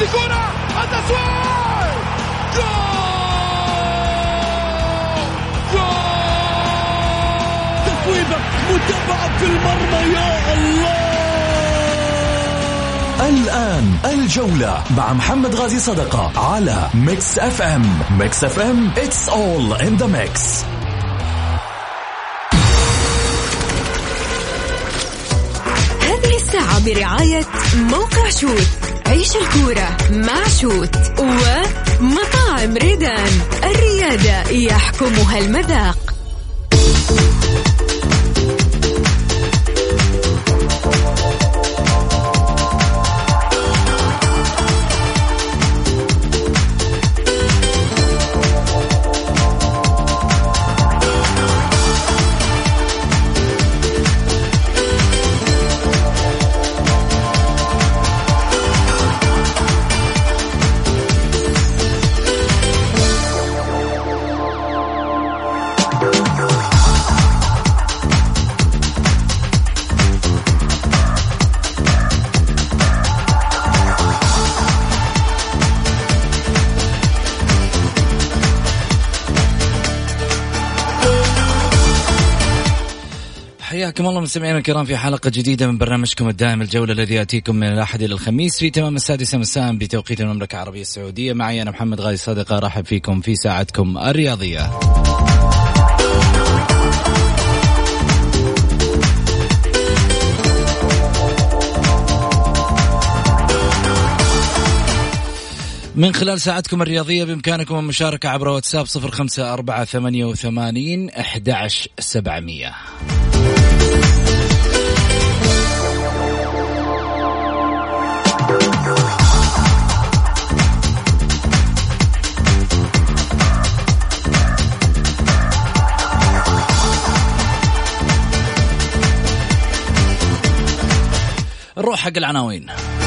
هذه كرة التسويق جول تسويبة متابعة في المرمى يا الله. الآن الجولة مع محمد غازي صدقة على ميكس اف ام. ميكس اف ام it's all in the mix. هذه الساعة برعاية موقع شوت. عيش الكورة مع شوت ومطاعم ريدان. الريادة يحكمها المذاق. حياكم الله مستمعينا الكرام في حلقة جديدة من برنامجكم الدائم الجولة الذي يأتيكم من الأحد إلى الخميس في تمام 6 مساء بتوقيت المملكة العربية السعودية. معي أنا محمد غازي صدقة، رحب فيكم في ساعتكم الرياضية. من خلال ساعتكم الرياضية بإمكانكم المشاركة عبر واتساب 0548811700. نروح حق العناوين.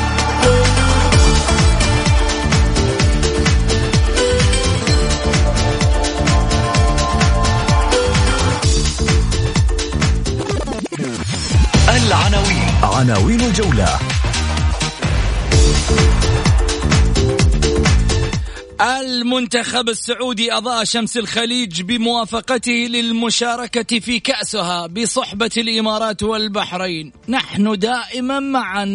عناوين الجولة. المنتخب السعودي أضاء شمس الخليج بموافقته للمشاركة في كأسها بصحبة الإمارات والبحرين. نحن دائما معا.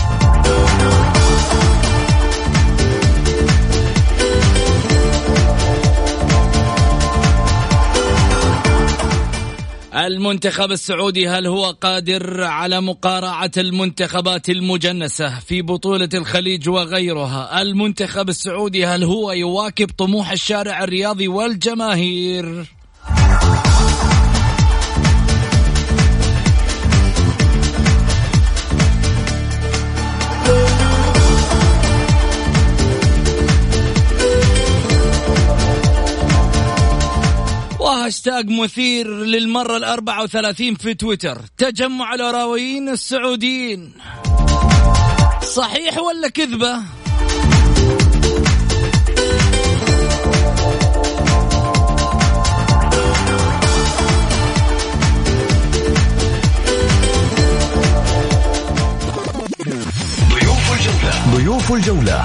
المنتخب السعودي هل هو قادر على مقارعة المنتخبات المجنسة في بطولة الخليج وغيرها؟ المنتخب السعودي هل هو يواكب طموح الشارع الرياضي والجماهير؟ وهاشتاج مثير للمرة 34 في تويتر: تجمع الأراويين السعوديين. صحيح ولا كذبة؟ ضيوف الجولة.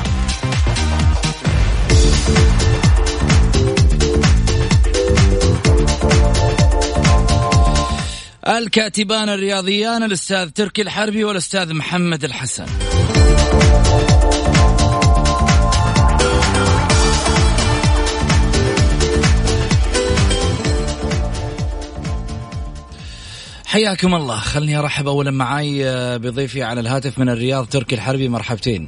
الكاتبان الرياضيان الأستاذ تركي الحربي والأستاذ محمد الحسن. حياكم الله. خلني أرحب أولا معاي بضيفي على الهاتف من الرياض تركي الحربي. مرحبتين.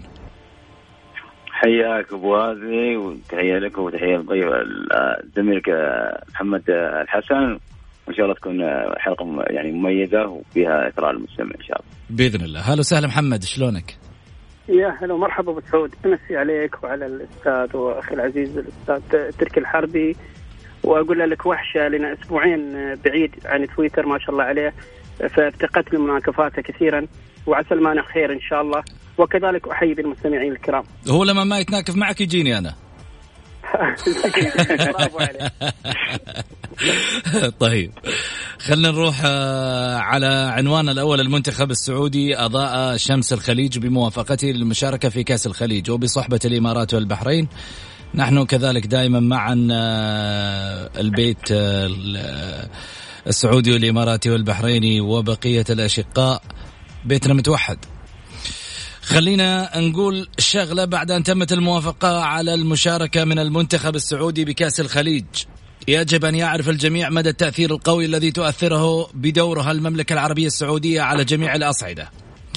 حياك أبو غازي، وتحية لك وتحية زميلك محمد الحسن، وإن شاء الله تكون حلقة يعني مميزة وفيها إثراء للمستمع إن شاء الله بإذن الله. هلا وسهلا محمد، شلونك؟ يا هلا ومرحبا أبو سعود، أمسي عليك وعلى الأستاذ وأخي العزيز الأستاذ تركي الحربي، وأقول لك وحشة لنا أسبوعين بعيد عن تويتر ما شاء الله عليه، فافتقدت من مناكفاته كثيرا، وعسى المانع خير إن شاء الله. وكذلك أحيي بالمستمعين الكرام. هو لما ما يتناكف معك يجيني أنا. برافو عليك. طيب خلنا نروح على عنوان الأول. المنتخب السعودي أضاء شمس الخليج بموافقته للمشاركة في كأس الخليج وبصحبة الإمارات والبحرين. نحن كذلك دائما معا البيت السعودي والإماراتي والبحريني وبقية الأشقاء، بيتنا متوحد. خلينا نقول شغلة. بعد أن تمت الموافقة على المشاركة من المنتخب السعودي بكأس الخليج، يجب أن يعرف الجميع مدى التأثير القوي الذي تؤثره بدورها المملكة العربية السعودية على جميع الأصعدة.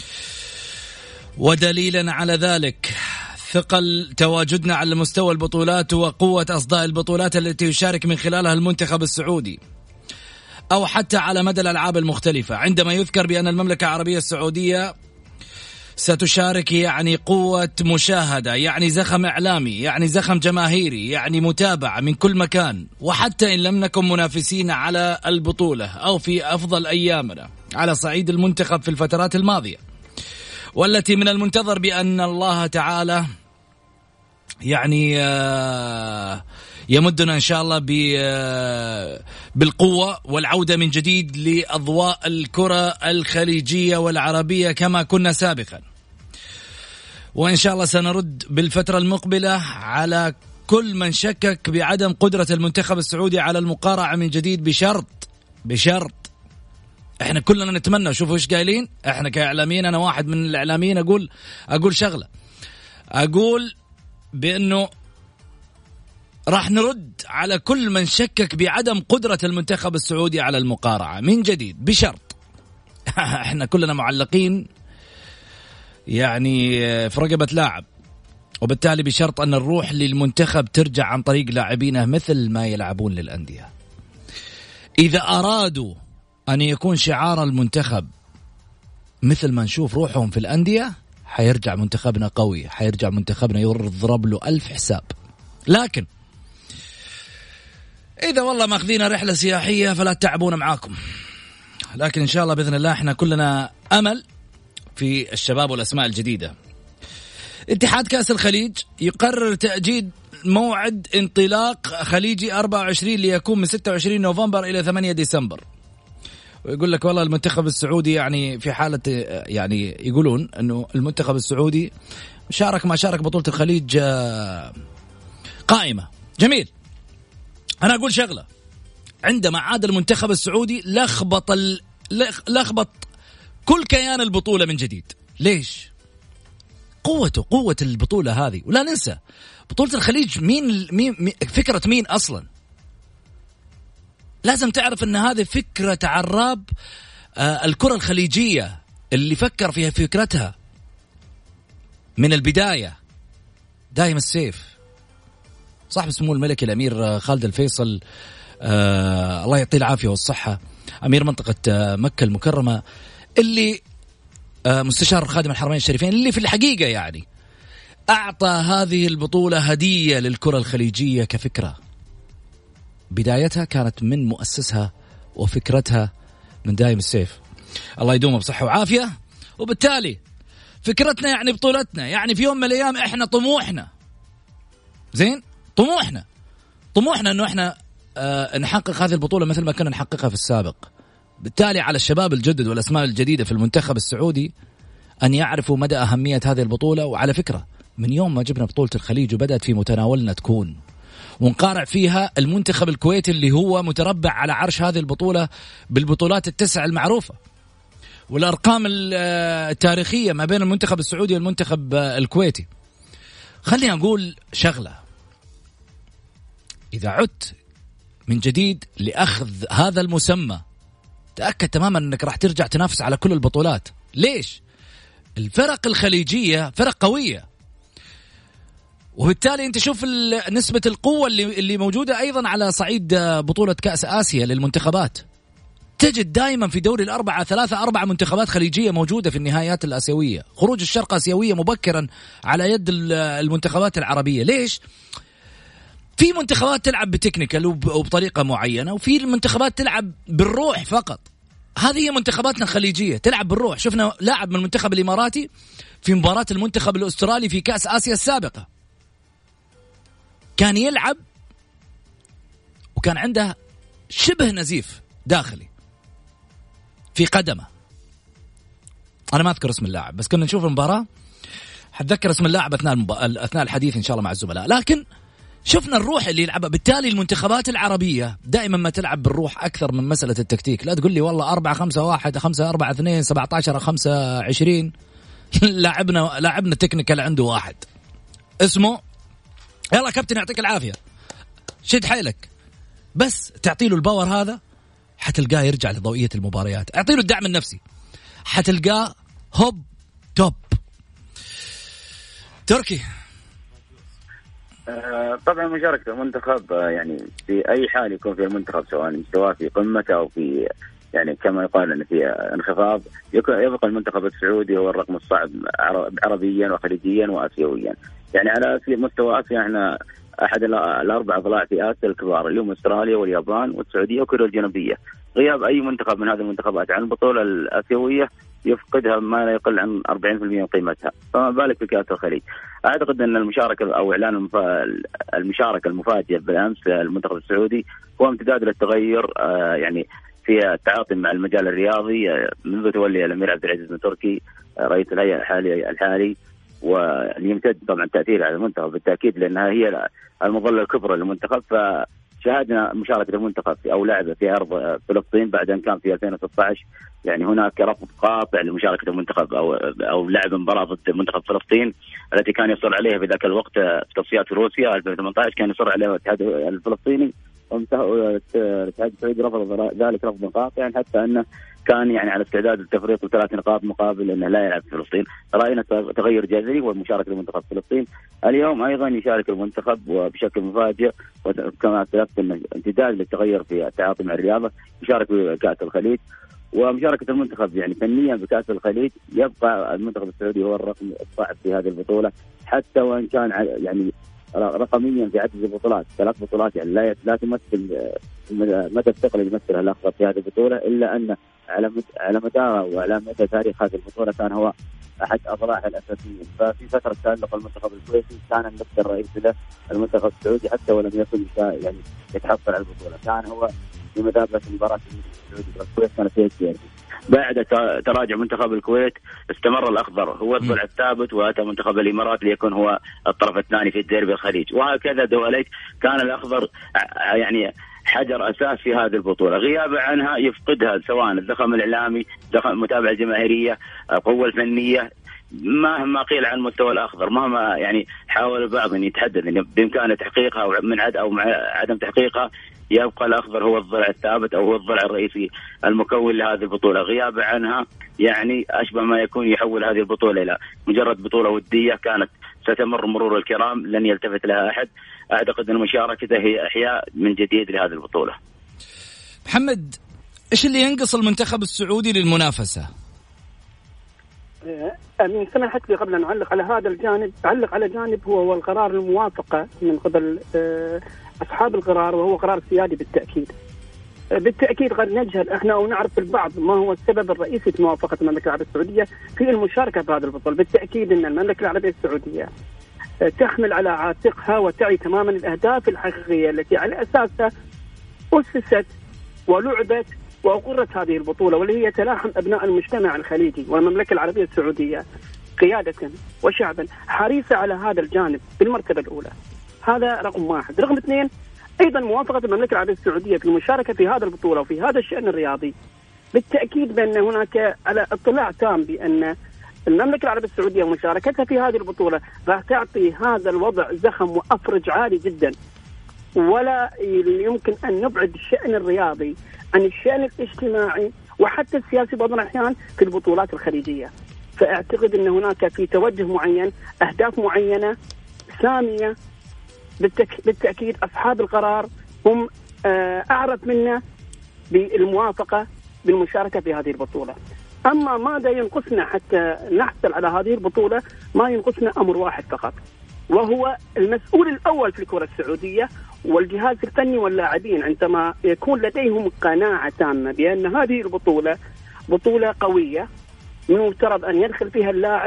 ودليلا على ذلك ثقل تواجدنا على مستوى البطولات وقوة أصداء البطولات التي يشارك من خلالها المنتخب السعودي، أو حتى على مدى الألعاب المختلفة. عندما يذكر بأن المملكة العربية السعودية ستشارك، يعني قوة مشاهدة، يعني زخم إعلامي، يعني زخم جماهيري، يعني متابعة من كل مكان. وحتى إن لم نكن منافسين على البطولة أو في أفضل أيامنا على صعيد المنتخب في الفترات الماضية، والتي من المنتظر بأن الله تعالى يعني يمدنا إن شاء الله بالقوة والعودة من جديد لأضواء الكرة الخليجية والعربية كما كنا سابقا. وإن شاء الله سنرد بالفترة المقبلة على كل من شكك بعدم قدرة المنتخب السعودي على المقارعة من جديد، بشرط احنا كلنا نتمنى. شوفوا ايش قايلين احنا كإعلاميين. انا واحد من الإعلاميين اقول شغلة، اقول بأنه راح نرد على كل من شكك بعدم قدرة المنتخب السعودي على المقارعة من جديد، بشرط احنا كلنا معلقين يعني في رقبة لاعب، وبالتالي بشرط أن الروح للمنتخب ترجع عن طريق لاعبينه مثل ما يلعبون للأندية. إذا أرادوا أن يكون شعار المنتخب مثل ما نشوف روحهم في الأندية، حيرجع منتخبنا قوي، حيرجع منتخبنا يضرب له 1000 حساب. لكن إذا والله ماخذين رحلة سياحية فلا تعبونا معاكم. لكن إن شاء الله بإذن الله إحنا كلنا أمل في الشباب والأسماء الجديدة. اتحاد كأس الخليج يقرر تأجيل موعد انطلاق خليجي 24 ليكون من 26 نوفمبر إلى 8 ديسمبر. ويقول لك والله المنتخب السعودي يعني في حالة، يعني يقولون أنه المنتخب السعودي شارك ما شارك بطولة الخليج قائمة. جميل. أنا أقول شغلة، عندما عاد المنتخب السعودي لخبط كل كيان البطولة من جديد. ليش؟ قوة البطولة هذه. ولا ننسى بطولة الخليج مين فكرة مين أصلا؟ لازم تعرف أن هذه فكرة عراب الكرة الخليجية اللي فكر فيها فكرتها من البداية دايم السيف، صاحب سمو الملكي الأمير خالد الفيصل الله يعطيه العافية والصحة، أمير منطقة مكة المكرمة، اللي مستشار خادم الحرمين الشريفين، اللي في الحقيقة يعني أعطى هذه البطولة هدية للكرة الخليجية كفكرة. بدايتها كانت من مؤسسها وفكرتها من دايم السيف، الله يدومه بصحة وعافية. وبالتالي فكرتنا يعني بطولتنا، يعني في يوم من الأيام إحنا طموحنا زين، طموحنا أنه إحنا نحقق هذه البطولة مثل ما كنا نحققها في السابق. بالتالي على الشباب الجدد والأسماء الجديدة في المنتخب السعودي أن يعرفوا مدى أهمية هذه البطولة. وعلى فكرة من يوم ما جبنا بطولة الخليج وبدأت في متناولنا تكون ونقارع فيها المنتخب الكويتي اللي هو متربع على عرش هذه البطولة بالبطولات التسع المعروفة والأرقام التاريخية ما بين المنتخب السعودي والمنتخب الكويتي. خليني أقول شغلة، إذا عدت من جديد لأخذ هذا المسمى تأكد تماما أنك راح ترجع تنافس على كل البطولات. ليش؟ الفرق الخليجية فرق قوية، وبالتالي أنت شوف نسبة القوة اللي موجودة أيضا على صعيد بطولة كأس آسيا للمنتخبات. تجد دائما في دوري الأربعة 3-4 منتخبات خليجية موجودة في النهايات الآسيوية. خروج الشرق آسيوية مبكرا على يد المنتخبات العربية. ليش؟ في منتخبات تلعب بتكنيكال وبطريقة معينة، وفي المنتخبات تلعب بالروح فقط. هذه هي منتخباتنا الخليجية، تلعب بالروح. شفنا لاعب من المنتخب الإماراتي في مباراة المنتخب الأسترالي في كأس آسيا السابقة، كان يلعب وكان عنده شبه نزيف داخلي. في قدمه. أنا ما أذكر اسم اللاعب، بس كنا نشوف المباراة، حتذكر اسم اللاعب أثناء الحديث إن شاء الله مع الزملاء. لكن شفنا الروح اللي يلعبها. بالتالي المنتخبات العربية دائما ما تلعب بالروح أكثر من مسألة التكتيك. لا تقول لي والله 4-5-1 5-4-2 17-5-20. لاعبنا تكنيكال عنده واحد اسمه يلا كابتن يعطيك العافية شد حيلك، بس تعطيله الباور هذا حتلقاه يرجع لضوئية المباريات. اعطيله الدعم النفسي حتلقاه هوب توب. تركي طبعا مشاركة المنتخب يعني في أي حال يكون في المنتخب سواء مستواه في قمته أو في يعني كما يقال أن في انخفاض، يبقى المنتخب السعودي هو الرقم الصعب عربيا وخليجيا وآسيويا. يعني على مستوى آسيا احنا أحد الأربع أضلاع في آسيا الكبار اليوم أستراليا واليابان والسعودية وكوريا الجنوبية. غياب أي منتخب من هذه المنتخبات عن البطولة الآسيوية يفقدها ما لا يقل عن 40% من قيمتها، فما بالك في كأس الخليج. أعتقد أن المشاركة أو إعلان المشاركة المفاجئة بالأمس المنتخب السعودي هو امتداد للتغير يعني في التعاطي مع المجال الرياضي منذ تولي الأمير عبد العزيز بن تركي رئيس الهيئة الحالي، ويمتد طبعا تأثير على المنتخب بالتأكيد لأنها هي المظلة الكبرى للمنتخب. فشاهدنا مشاركة المنتخب أو لعبة في أرض فلسطين بعد أن كان في 2016 يعني هناك رفض قاطع لمشاركة المنتخب أو لعب مباراة ضد منتخب فلسطين التي كان يصر عليها في ذاك الوقت في تصفيات في روسيا 2018 كان يصر عليها الاتحاد الفلسطيني، الاتحاد السعودي رفض ذلك رفضا قاطعا حتى أنه كان يعني على استعداد للتفريط ب3 نقاط مقابل أنه لا يلعب في فلسطين. رأينا تغير جذري ومشاركة المنتخب في فلسطين. اليوم أيضا يشارك المنتخب وبشكل مفاجئ، وكما اختلفت أنه امتداد للتغير في التعاطي مع الرياضة يشارك في كأس الخليج. ومشاركة المنتخب يعني فنيا بكأس الخليج يبقى المنتخب السعودي هو الرقم الصعب في هذه البطولة، حتى وإن كان يعني رقميا في عدد البطولات 3 بطولات يعني لا تمثل مدى الثقل اللي يمثلها الأخضر في هذه البطولة، إلا أن على مدار وعلى مدى تاريخ هذه البطولة كان هو أحد أضلاعها الأساسيين. ففي فترة تألق المنتخب الكويتي كان النفس الرئيسي له المنتخب السعودي حتى ولم يكن يعني يتحصل على البطولة، كان هو في مثابة مباراة السعودي والكويت كانت فيها السياسي. بعد تراجع منتخب الكويت استمر الأخضر هو الضلع الثابت، وأتى منتخب الإمارات ليكون هو الطرف الثاني في الديربي الخليج، وهكذا دوليك كان الأخضر يعني حجر أساس في هذه البطولة. غيابه عنها يفقدها سواء الزخم الإعلامي، المتابعة الجماهيرية، القوة الفنية. مهما قيل عن مستوى الأخضر، مهما يعني حاول البعض أن يتحدث أن بإمكانه تحقيقها أو مع عدم تحقيقها، يبقى الأخضر هو الضلع الثابت أو هو الضلع الرئيسي المكون لهذه البطولة. غيابه عنها يعني أشبه ما يكون يحول هذه البطولة إلى مجرد بطولة ودية كانت ستمر مرور الكرام لن يلتفت لها أحد. أعتقد أن مشاركته هي إحياء من جديد لهذه البطولة. محمد، إيش اللي ينقص المنتخب السعودي للمنافسة؟ من سماحتك قبل أن نعلق على هذا الجانب أعلق على جانب هو القرار الموافقة من قبل أصحاب القرار، وهو قرار سيادي بالتأكيد قد نجهل احنا ونعرف البعض ما هو السبب الرئيسي في موافقة المملكة العربية السعودية في المشاركة بهذا البطولة. بالتأكيد أن المملكة العربية السعودية تحمل على عاتقها وتعي تماما الأهداف الحقيقية التي على أساسها أسست ولعبت وأقرت هذه البطولة، واللي هي تلاحم أبناء المجتمع الخليجي والمملكة العربية السعودية قيادة وشعبا حريصة على هذا الجانب بالمرتبة الأولى. هذا رقم 1. رقم 2 أيضا موافقة المملكة العربية السعودية في المشاركة في هذا البطولة وفي هذا الشأن الرياضي. بالتأكيد بأن هناك على اطلاع تام بأن المملكة العربية السعودية ومشاركتها في هذه البطولة راح تعطي هذا الوضع زخم وأفرج عالي جدا، ولا يمكن أن نبعد الشأن الرياضي عن الشأن الاجتماعي وحتى السياسي بعض الأحيان في البطولات الخليجية. فأعتقد أن هناك في توجه معين، أهداف معينة سامية. بالتأكيد أصحاب القرار هم أعرف منا بالموافقة بالمشاركة في هذه البطولة. أما ماذا ينقصنا حتى نحصل على هذه البطولة؟ ما ينقصنا أمر واحد فقط، وهو المسؤول الأول في الكرة السعودية والجهاز الفني واللاعبين عندما يكون لديهم قناعة تامة بأن هذه البطولة بطولة قوية من المفترض أن يدخل فيها اللاعب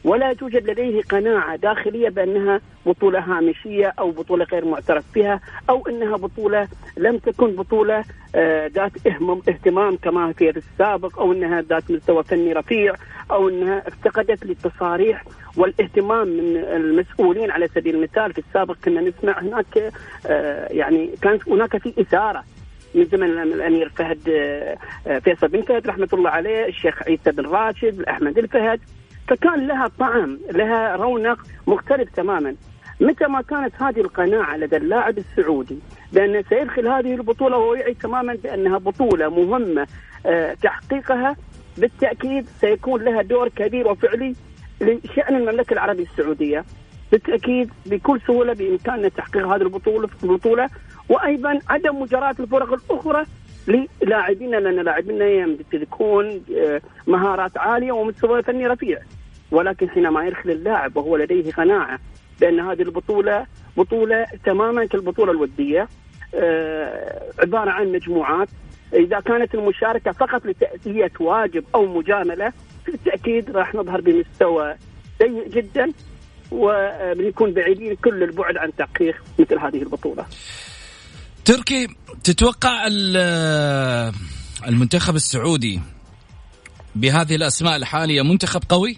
ولا توجد لديه قناعة داخلية بأنها بطولة هامشية أو بطولة غير معترف بها، أو أنها بطولة لم تكن بطولة ذات اهتمام كما في السابق، أو أنها ذات مستوى فني رفيع، أو أنها افتقدت للتصاريح والاهتمام من المسؤولين. على سبيل المثال في السابق كنا نسمع هناك يعني كانت هناك في إثارة من زمن الأمير فهد فيصل بن فهد رحمة الله عليه، الشيخ عيسى بن راشد، أحمد الفهد، فكان لها طعم، لها رونق مختلف تماما. متى ما كانت هذه القناعة لدى اللاعب السعودي بأنه سيدخل هذه البطولة وهو يعي تماما بأنها بطولة مهمة تحقيقها، بالتأكيد سيكون لها دور كبير وفعلي لشأن المملكة العربية السعودية. بالتأكيد بكل سهولة بإمكاننا تحقيق هذه البطولة، وأيضا عدم مجاراة الفرق الأخرى للاعبين، لأن لاعبين يمتلكون مهارات عالية ومستوى فني رفيع. ولكن حينما يدخل اللاعب وهو لديه قناعة بأن هذه البطولة بطولة تماما كالبطولة الودية، عبارة عن مجموعات، إذا كانت المشاركة فقط لتأدية واجب أو مجاملة بالتأكيد راح نظهر بمستوى سيء جدا، وبنكون بعيدين كل البعد عن تحقيق مثل هذه البطولة. تركي، تتوقع المنتخب السعودي بهذه الأسماء الحالية منتخب قوي؟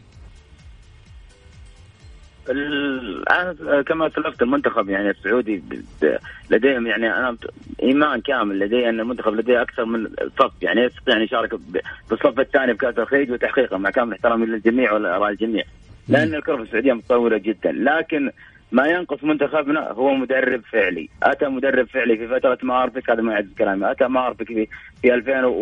الآن كما سلفت المنتخب يعني السعودي لديهم يعني أنا إيمان كامل لدي أن المنتخب لديه أكثر من صف، يعني يستطيع أن يشارك بالصف الثاني بكأس الخليج وتحقيقه مع كامل احترامي للجميع وآراء الجميع، لأن الكرة في السعودية متطورة جدا. لكن ما ينقص منتخبنا هو مدرب فعلي. أتى مدرب فعلي في فترة ماربك، هذا ما يعجز كلامي، أتى ماربك في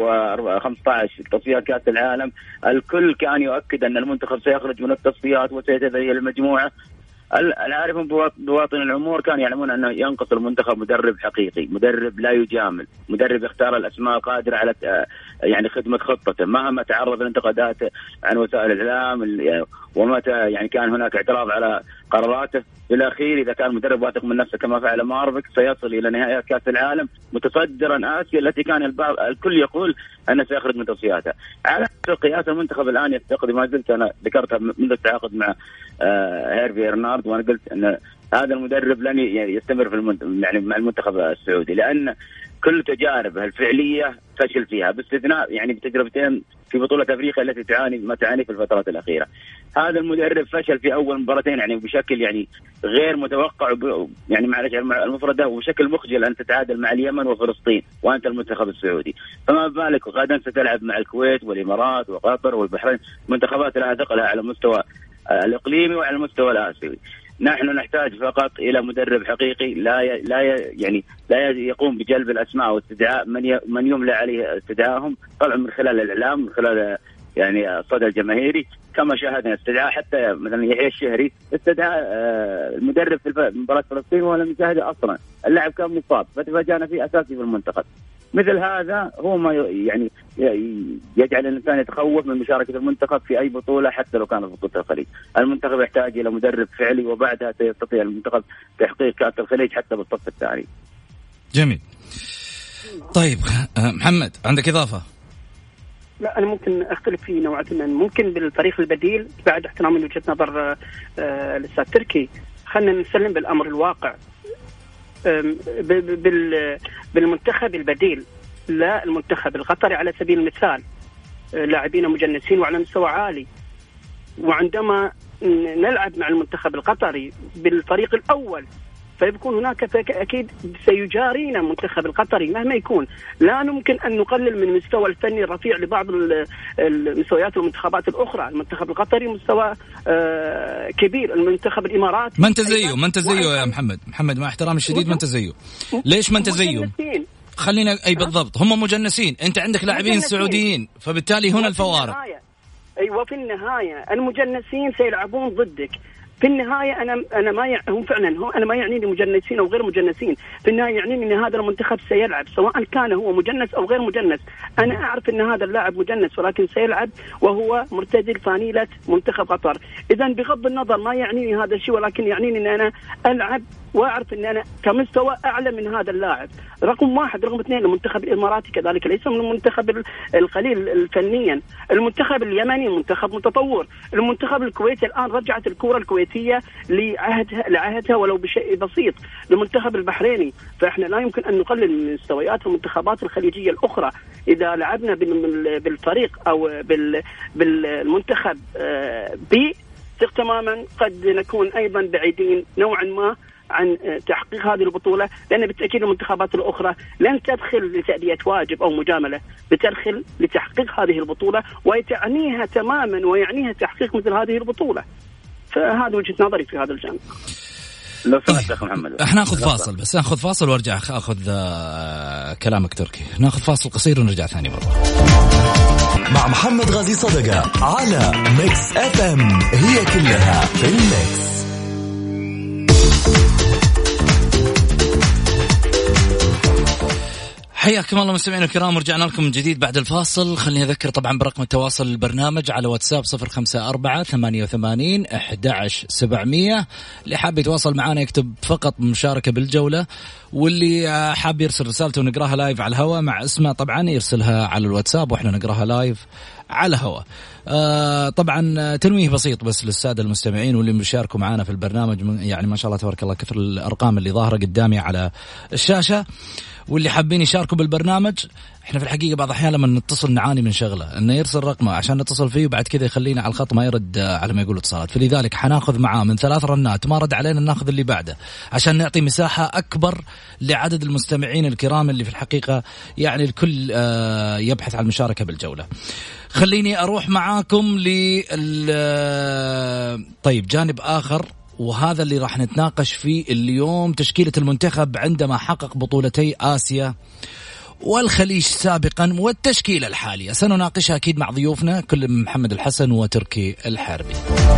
2015 تصفيات كأس العالم، الكل كان يؤكد أن المنتخب سيخرج من التصفيات وسيتزين المجموعة. العارفون بواطن الأمور كانوا يعلمون أنه ينقص المنتخب مدرب حقيقي، مدرب لا يجامل، مدرب يختار الأسماء قادر على يعني خدمة خطته مهما تعرض لانتقادات عن وسائل الإعلام، ومتى يعني كان هناك اعتراض على قراراته. في الأخير إذا كان مدرب واثق من نفسه كما فعل ماربك سيصل إلى نهائيات كأس العالم متصدرا آسيا التي كان الكل يقول أنه سيخرج من تصفياتها. على قياس المنتخب الآن يفتقد، ما زلت أنا ذكرتها منذ التعاقد مع هيرفي إرنارد، وأنا قلت أن هذا المدرب لن يستمر في يعني مع المنتخب السعودي، لأن كل تجاربه الفعلية فشل فيها باستثناء يعني بتجربتين في بطولة أفريقيا التي تعاني في الفترات الأخيرة. هذا المدرب فشل في أول مباراتين يعني بشكل يعني غير متوقع، يعني معلش المفردة، وبشكل مخجل أن تتعادل مع اليمن وفلسطين وأنت المنتخب السعودي، فما بالك غدا ستلعب مع الكويت والإمارات وقطر والبحرين، منتخبات لها ثقلها على المستوى الإقليمي وعلى المستوى الآسيوي. نحن نحتاج فقط إلى مدرب حقيقي لا يقوم بجلب الأسماء واستدعاء من يملى عليه استدعائهم، طبعا من خلال الإعلام، من خلال يعني الصدى الجماهيري، كما شاهدنا استدعاء حتى مثلا يحيى الشهري استدعاء المدرب في مباراة فلسطين ولم يشاهد أصلا، اللاعب كان مصاب فتفاجأنا فيه أساسي في المنتخب. مثل هذا هو ما يعني يجعل الإنسان يتخوف من مشاركة المنتخب في أي بطولة حتى لو كانت بطولة الخليج. المنتخب يحتاج إلى مدرب فعلي، وبعدها سيستطيع المنتخب تحقيق كأس الخليج حتى بالصف الثاني. جميل. طيب محمد، عندك إضافة؟ لا، أنا ممكن أختلف في نوعا ما، ممكن بالفريق البديل بعد احترامي لوجهة نظر الأستاذ تركي. خلينا نسلم بالأمر الواقع. بالمنتخب البديل، لا المنتخب القطري على سبيل المثال لاعبين مجنسين وعلى مستوى عالي، وعندما نلعب مع المنتخب القطري بالفريق الأول فيكون هناك أكيد سيجارينا المنتخب القطري مهما يكون. لا يمكن أن نقلل من مستوى الفني الرفيع لبعض المستويات والمنتخبات الأخرى. المنتخب القطري مستوى كبير، المنتخب الإماراتي ما انت زيه يا محمد مع احترامي الشديد، ما انت زيه. ليش ما انت زيه؟ خلينا أي بالضبط، هم مجنسين، أنت عندك لاعبين سعوديين، فبالتالي هنا الفوارق. أيوة، في النهاية المجنسين سيلعبون ضدك. في النهاية أنا هم فعلا أنا ما يعنيني مجنسين أو غير مجنسين، في النهاية يعنيني أن هذا المنتخب سيلعب سواء كان هو مجنس أو غير مجنس. أنا أعرف أن هذا اللاعب مجنس ولكن سيلعب وهو مرتدي فانيلة منتخب قطر. إذن بغض النظر ما يعنيني هذا الشيء، ولكن يعنيني أن أنا ألعب واعرف ان انا كمستوى اعلى من هذا اللاعب. رقم واحد. رقم اثنين، المنتخب الاماراتي كذلك ليس من المنتخب القليل فنيا. المنتخب اليمني منتخب متطور. المنتخب الكويتي الان رجعت الكرة الكويتية لعهدها ولو بشيء بسيط. المنتخب البحريني. فاحنا لا يمكن ان نقلل من مستويات المنتخبات الخليجية الاخرى. اذا لعبنا بالفريق او بالمنتخب بي تماما قد نكون أيضا بعيدين نوعا ما عن تحقيق هذه البطولة، لأن بالتأكيد المنتخبات الأخرى لن تدخل لتأدية واجب أو مجاملة، بتدخل لتحقيق هذه البطولة ويعنيها تماما ويعنيها تحقيق مثل هذه البطولة. فهذا وجهة نظري في هذا الجانب. لو سمحت أخي محمد، احنا ناخذ فاصل، بس ناخذ فاصل وارجع اخذ كلامك تركي. ناخذ فاصل قصير ونرجع ثاني مرة مع محمد غازي صدقة على ميكس اف ام. هي كلها في الميكس. حياكم الله مستمعينا الكرام، ورجعنا لكم من جديد بعد الفاصل. خليني أذكر طبعا برقم التواصل البرنامج على واتساب 0548811700. اللي حاب يتواصل معنا يكتب فقط مشاركة بالجولة، واللي حاب يرسل رسالته ونقراها لايف على الهواء مع اسمه طبعا يرسلها على الواتساب وإحنا نقراها لايف على الهواء. طبعا تنويه بسيط بس للسادة المستمعين واللي بيشاركوا معنا في البرنامج، يعني ما شاء الله تبارك الله كثر الأرقام اللي ظاهرة قدامي على الشاشة، واللي حابين يشاركوا بالبرنامج. احنا في الحقيقة بعض الأحيان لما نتصل نعاني من شغلة انه يرسل رقمه عشان نتصل فيه وبعد كذا يخلينا على الخط ما يرد على ما يقول اتصالات. فلذلك حناخذ معاه من 3 رنات ما رد علينا ناخذ اللي بعده عشان نعطي مساحة أكبر لعدد المستمعين الكرام اللي في الحقيقة يعني الكل يبحث عن المشاركة بالجولة. خليني أروح معاكم طيب جانب آخر، وهذا اللي راح نتناقش فيه اليوم. تشكيلة المنتخب عندما حقق بطولتي آسيا والخليج سابقا والتشكيلة الحالية سنناقشها أكيد مع ضيوفنا كل محمد الحسن وتركي الحربي.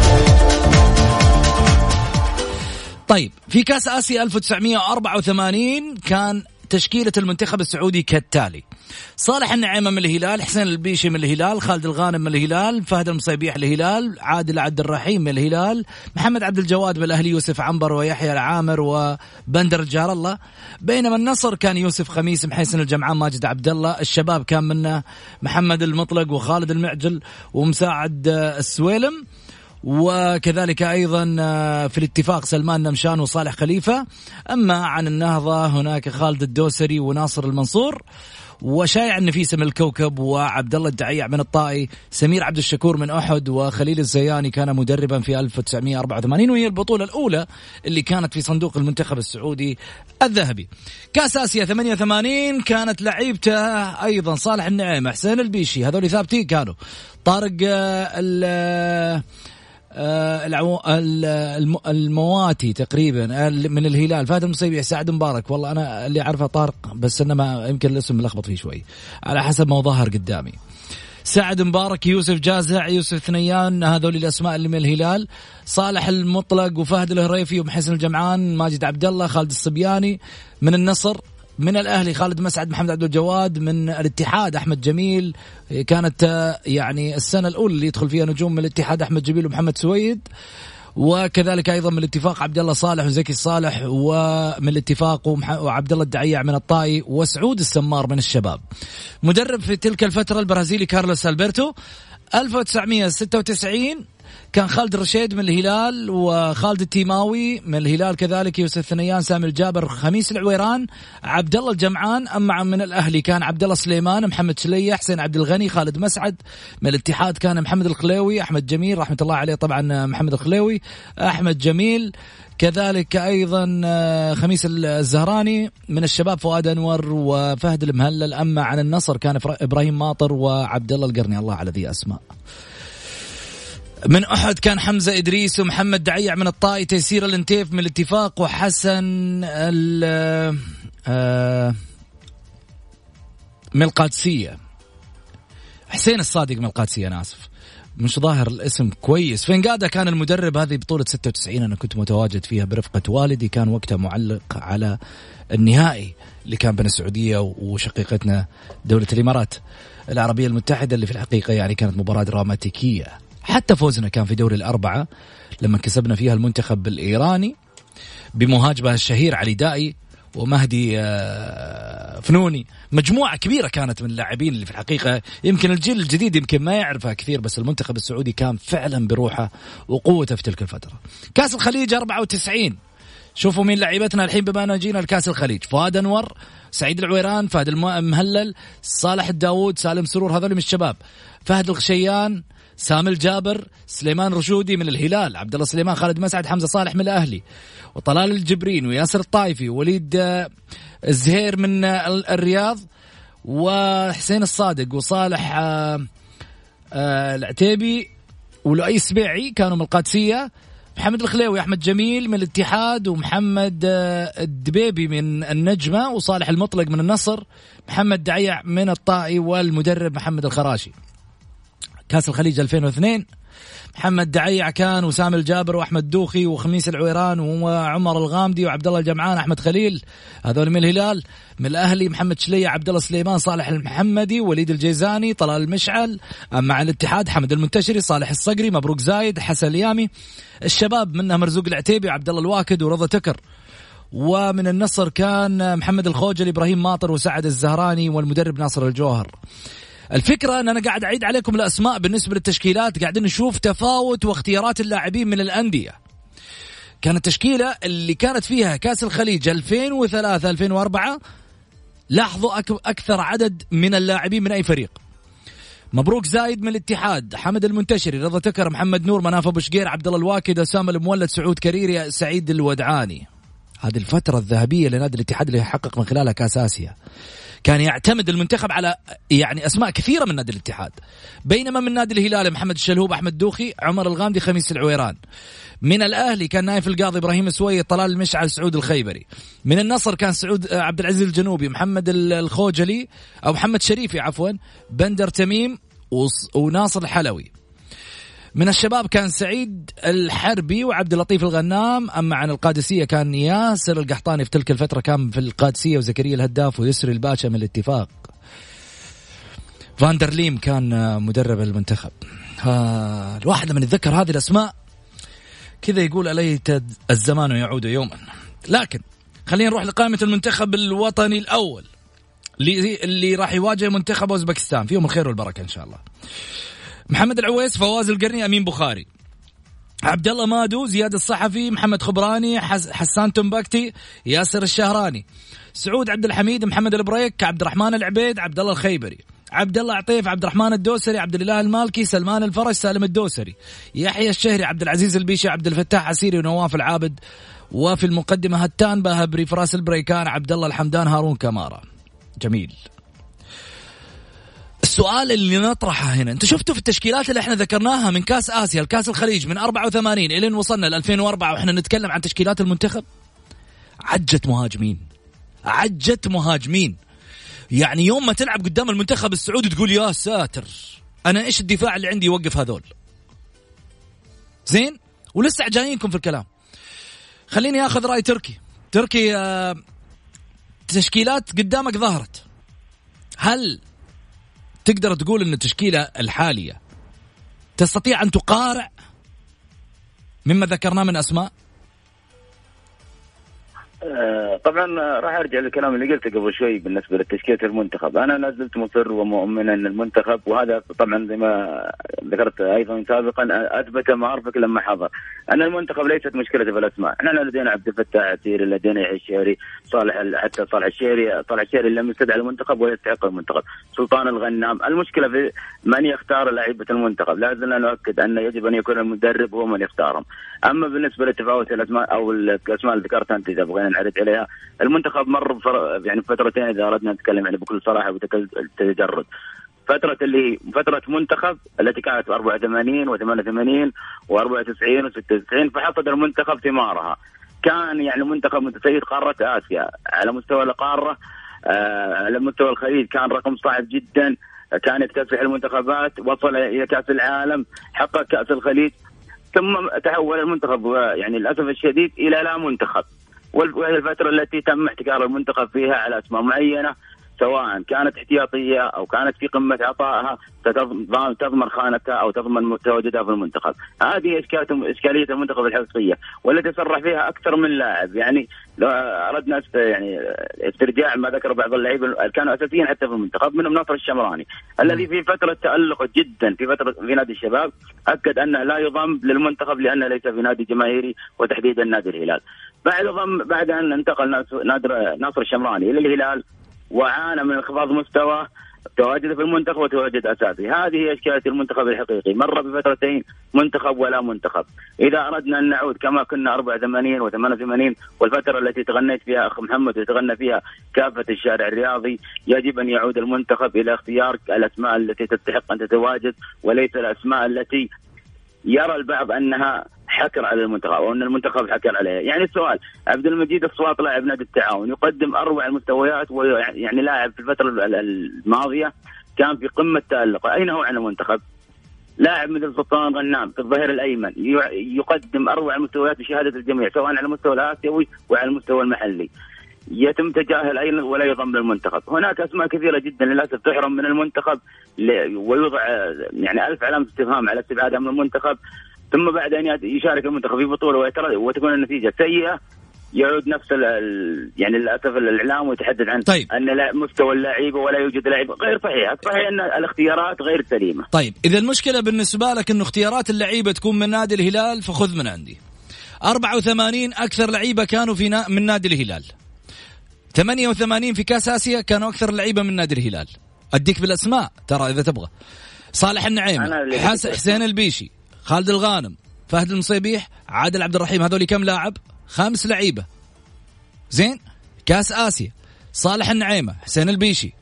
طيب في كأس آسيا 1984 كان تشكيلة المنتخب السعودي كالتالي: صالح النعيمة من الهلال، حسين البيشي من الهلال، خالد الغانم من الهلال، فهد المصيبيح من الهلال، عادل عبد الرحيم من الهلال، محمد عبد الجواد من الأهلي، يوسف عنبر ويحيى العامر وبندر الجار الله. بينما النصر كان يوسف خميس، محسن الجمعان، ماجد عبد الله. الشباب كان منه محمد المطلق وخالد المعجل ومساعد السويلم، وكذلك أيضا في الاتفاق سلمان نمشان وصالح خليفة. أما عن النهضة هناك خالد الدوسري وناصر المنصور وشايع النفيسة من الكوكب وعبد الله الدعيع من الطائي، سمير عبد الشكور من أحد، وخليل الزياني كان مدربا في 1984، وهي البطولة الأولى اللي كانت في صندوق المنتخب السعودي الذهبي. كأس آسيا 88 كانت لعيبته أيضا صالح النعيم، حسين البيشي، هذول ثابتين كانوا. طارق المواتي تقريبا من الهلال، فهد المصيبي، سعد مبارك. والله أنا اللي عارفه طارق بس أنا ما يمكن الاسم ملخبط فيه شوي على حسب ما ظهر قدامي. سعد مبارك، يوسف جازع، يوسف ثنيان، هذول الأسماء اللي من الهلال. صالح المطلق وفهد الهريفي ومحسن الجمعان، ماجد عبد الله، خالد الصبياني. من النصر من الأهلي خالد مسعد، محمد عبد الجواد. من الاتحاد أحمد جميل، كانت يعني السنة الأولى اللي يدخل فيها نجوم من الاتحاد أحمد جميل ومحمد سويد. وكذلك أيضا من الاتفاق عبد الله صالح وزكي الصالح، ومن الاتفاق وعبد الله الدعيع من الطائي، وسعود السمار من الشباب. مدرب في تلك الفترة البرازيلي كارلوس ألبرتو. 1996 كان خالد الرشيد من الهلال، وخالد التيماوي من الهلال كذلك، يوسف ثنيان، سامي الجابر، خميس العويران، عبد الله الجمعان. أما من الأهلي كان عبد الله سليمان، محمد شلية، حسين عبد الغني، خالد مسعد. من الاتحاد كان محمد الخليوي، أحمد جميل رحمة الله عليه طبعا، محمد الخليوي، أحمد جميل كذلك أيضا، خميس الزهراني. من الشباب فؤاد أنور وفهد المهلل. أما عن النصر كان إبراهيم ماطر وعبد الله القرني، الله على ذي أسماء. من أحد كان حمزة إدريس ومحمد دعيع من الطائي، تيسير الانتيف من الاتفاق، وحسن من القادسية، حسين الصادق من القادسية، أنا آسف مش ظاهر الاسم كويس. فنقادة كان المدرب. هذه بطولة 96 أنا كنت متواجد فيها برفقة والدي، كان وقتها معلق على النهائي اللي كان بين السعودية وشقيقتنا دولة الإمارات العربية المتحدة، اللي في الحقيقة يعني كانت مباراة دراماتيكية. حتى فوزنا كان في دوري الأربعة لما كسبنا فيها المنتخب الإيراني بمهاجمه الشهير علي دائي ومهدي فنوني. مجموعة كبيرة كانت من اللاعبين اللي في الحقيقة يمكن الجيل الجديد يمكن ما يعرفها كثير، بس المنتخب السعودي كان فعلا بروحه وقوته في تلك الفترة. كاس الخليج 94، شوفوا مين لاعبتنا الحين بما أننا جينا لكاس الخليج: فؤاد أنور، سعيد العويران، فهد المهلل، صالح الداود، سالم سرور، هذول من الشباب، فهد الغشيان، سامي الجابر، سليمان رشودي من الهلال، عبد الله سليمان، خالد مسعد، حمزة صالح من الأهلي، وطلال الجبرين، وياسر الطائفي، وليد الزهير من الرياض، وحسين الصادق، وصالح العتيبي، ولؤي السبيعي كانوا من القادسية، محمد الخليوي، أحمد جميل من الاتحاد، ومحمد الدبيبي من النجمة، وصالح المطلق من النصر، محمد دعيع من الطائي، والمدرب محمد الخراشي. كاس الخليج 2002 محمد دعيع كان، وسام الجابر، واحمد دوخي، وخميس العويران، وعمر الغامدي، وعبد الله الجمعان، احمد خليل، هذول من الهلال. من الاهلي محمد شلية، عبد الله سليمان، صالح المحمدي، وليد الجيزاني، طلال المشعل. مع الاتحاد حمد المنتشري، صالح الصقري، مبروك زايد، حسن اليامي. الشباب منها مرزوق العتيبي، وعبد الله الواكد، ورضا تكر. ومن النصر كان محمد الخوجلي، ابراهيم ماطر، وسعد الزهراني، والمدرب ناصر الجوهر. الفكرة أن أنا قاعد أعيد عليكم الأسماء بالنسبة للتشكيلات، قاعدين نشوف تفاوت واختيارات اللاعبين من الأندية. كانت التشكيلة اللي كانت فيها كاس الخليج 2003-2004 لاحظوا أكثر عدد من اللاعبين من أي فريق: مبروك زايد من الاتحاد، حمد المنتشري، رضا تكر، محمد نور، مناف أبو شقير، عبد الله الواكد، أسامة المولد، سعود كريري، سعيد الودعاني. هذه الفترة الذهبية لنادي الاتحاد اللي يحقق من خلالها كاس آسيا. كان يعتمد المنتخب على يعني أسماء كثيرة من نادي الاتحاد، بينما من نادي الهلال محمد الشلهوب، أحمد دوخي، عمر الغامدي، خميس العويران. من الأهلي كان نايف القاضي، إبراهيم السوي، طلال المشعل، سعود الخيبري. من النصر كان سعود عبد العزيز الجنوبي، محمد الخوجلي أو محمد شريفي عفوا، بندر تميم، وناصر الحلوي. من الشباب كان سعيد الحربي وعبد اللطيف الغنام. أما عن القادسية كان ياسر القحطاني، في تلك الفترة كان في القادسية، وزكريا الهداف، ويسري الباشا من الاتفاق. فاندرليم كان مدرب المنتخب. الواحد لما يتذكر هذه الأسماء كذا يقول أليت الزمان يعود يوما. لكن خلينا نروح لقائمة المنتخب الوطني الأول اللي راح يواجه منتخب أوزبكستان، فيهم الخير والبركة إن شاء الله. محمد العويس، فواز القرني، أمين بخاري، عبد الله مادو، زياد الصحفي، محمد خبراني، حسان تنبكتي، ياسر الشهراني، سعود عبد الحميد، محمد البريك، عبد الرحمن العبيد، عبد الله الخيبري، عبد الله عطيف، عبد الرحمن الدوسري، عبد الله المالكي، سلمان الفرج، سالم الدوسري، يحيى الشهري، عبد العزيز البيشي، عبد الفتاح عسيري، ونواف العابد. وفي المقدمة هتان بهبري، فراس البريكان، عبد الله الحمدان، هارون كمارا. جميل. السؤال اللي نطرحه هنا، انتوا شفتوا في التشكيلات اللي احنا ذكرناها من كاس آسيا لكاس الخليج من 84 الى وصلنا ل 2004 واحنا نتكلم عن تشكيلات المنتخب، عجت مهاجمين. يعني يوم ما تلعب قدام المنتخب السعودي تقول يا ساتر، انا ايش الدفاع اللي عندي يوقف هذول؟ زين، ولسه جايينكم في الكلام. خليني اخذ راي تركي. تشكيلات قدامك ظهرت، هل تقدر تقول ان التشكيلة الحالية تستطيع ان تقارع مما ذكرناه من اسماء؟ طبعا راح ارجع للكلام اللي قلته قبل شوي بالنسبه لتشكيله المنتخب. انا لا زلت مصر ومؤمن ان المنتخب، وهذا طبعا زي ما ذكرت ايضا سابقا اثبت ما اعرفك لما حضر، ان المنتخب ليست مشكله في الاسماء. احنا لدينا عبد الفتاح عسيري، لدينا يحيى الشهري، حتى صالح الشهري لم يستدعي المنتخب ويستحق المنتخب، سلطان الغنام. المشكله في من يختار لاعيبه المنتخب. لا زلنا نؤكد ان يجب ان يكون المدرب هو من يختارهم. اما بالنسبه لتفاوت الاسماء او الاسماء اللي ذكرتها انت، اذا بغينا نعرض عليها، المنتخب مر يعني فترتين اذا اردنا نتكلم يعني بكل صراحه وتجرد. فترة منتخب التي كانت 84 و88 و94 و96، فحصد المنتخب ثمارها. كان يعني منتخب متسيد قارة آسيا على مستوى القارة، على مستوى الخليج كان رقم صعب جدا، كان يكتسح المنتخبات، وصل إلى كأس العالم، حقق كأس الخليج، ثم تحول المنتخب يعني للأسف الشديد إلى لا منتخب. وهي الفترة التي تم احتكار المنتخب فيها على أسماء معينة، سواء كانت احتياطية أو كانت في قمة عطائها تضمن خانتها أو تضمن تواجدها في المنتخب. هذه إشكالية المنتخب الحقيقية والتي صرح فيها أكثر من لاعب. يعني لو أردنا يعني استرجاع ما ذكر بعض اللاعبين كانوا أساسيين حتى في المنتخب، منهم ناصر الشمراني الذي في فترة تألق جدا في نادي الشباب أكد أنه لا يضم للمنتخب لأنه ليس في نادي جماهيري وتحديدا نادي الهلال. بعد أن انتقل ناصر الشمراني إلى الهلال وعانى من انخفاض مستوى تواجد في المنتخب وتواجد أساسي. هذه هي إشكالية المنتخب الحقيقي، مر بفترتين منتخب ولا منتخب. إذا أردنا أن نعود كما كنا 84 و88 والفترة التي تغنيت فيها أخ محمد وتغنى فيها كافة الشارع الرياضي، يجب أن يعود المنتخب إلى اختيار الأسماء التي تستحق أن تتواجد وليس الأسماء التي يرى البعض أنها حكر على المنتخب أو أن المنتخب حكر عليه. يعني السؤال، عبد المجيد الصواط لاعب نادي التعاون يقدم أروع المستويات ويعني لاعب في الفترة الماضية كان في قمة تألق، أين هو عن المنتخب؟ لاعب مثل سلطان غنام في الظهير الأيمن يقدم أروع المستويات بشهادة الجميع سواء على المستوى الآسيوي وعلى المستوى المحلي، يتم تجاهل أيضا ولا يضم للمنتخب. هناك أسماء كثيرة جدا للأسف تحرم من المنتخب ويوضع يعني ألف علامة استفهام على استبعادها من المنتخب، ثم بعد أن يشارك المنتخب في بطولة وتكون النتيجة سيئة يعود نفس يعني للأسف الإعلام ويتحدث عن أن لا مستوى اللاعب ولا يوجد لاعب. غير صحيح، صحيح أن الاختيارات غير سليمة. طيب إذا المشكلة بالنسبة لك أنه اختيارات اللعيبة تكون من نادي الهلال، فخذ من عندي 84 أكثر لعيبة كانوا من نادي الهلال، 88 في كاس آسيا كانوا أكثر لعيبة من نادي الهلال. أديك بالأسماء ترى إذا تبغى: صالح النعيمي، حسين البيشي، خالد الغانم، فهد المصيبيح، عادل عبد الرحيم. هذول كم لاعب؟ 5 لعيبة. زين، كاس آسيا صالح النعيمة، حسين البيشي،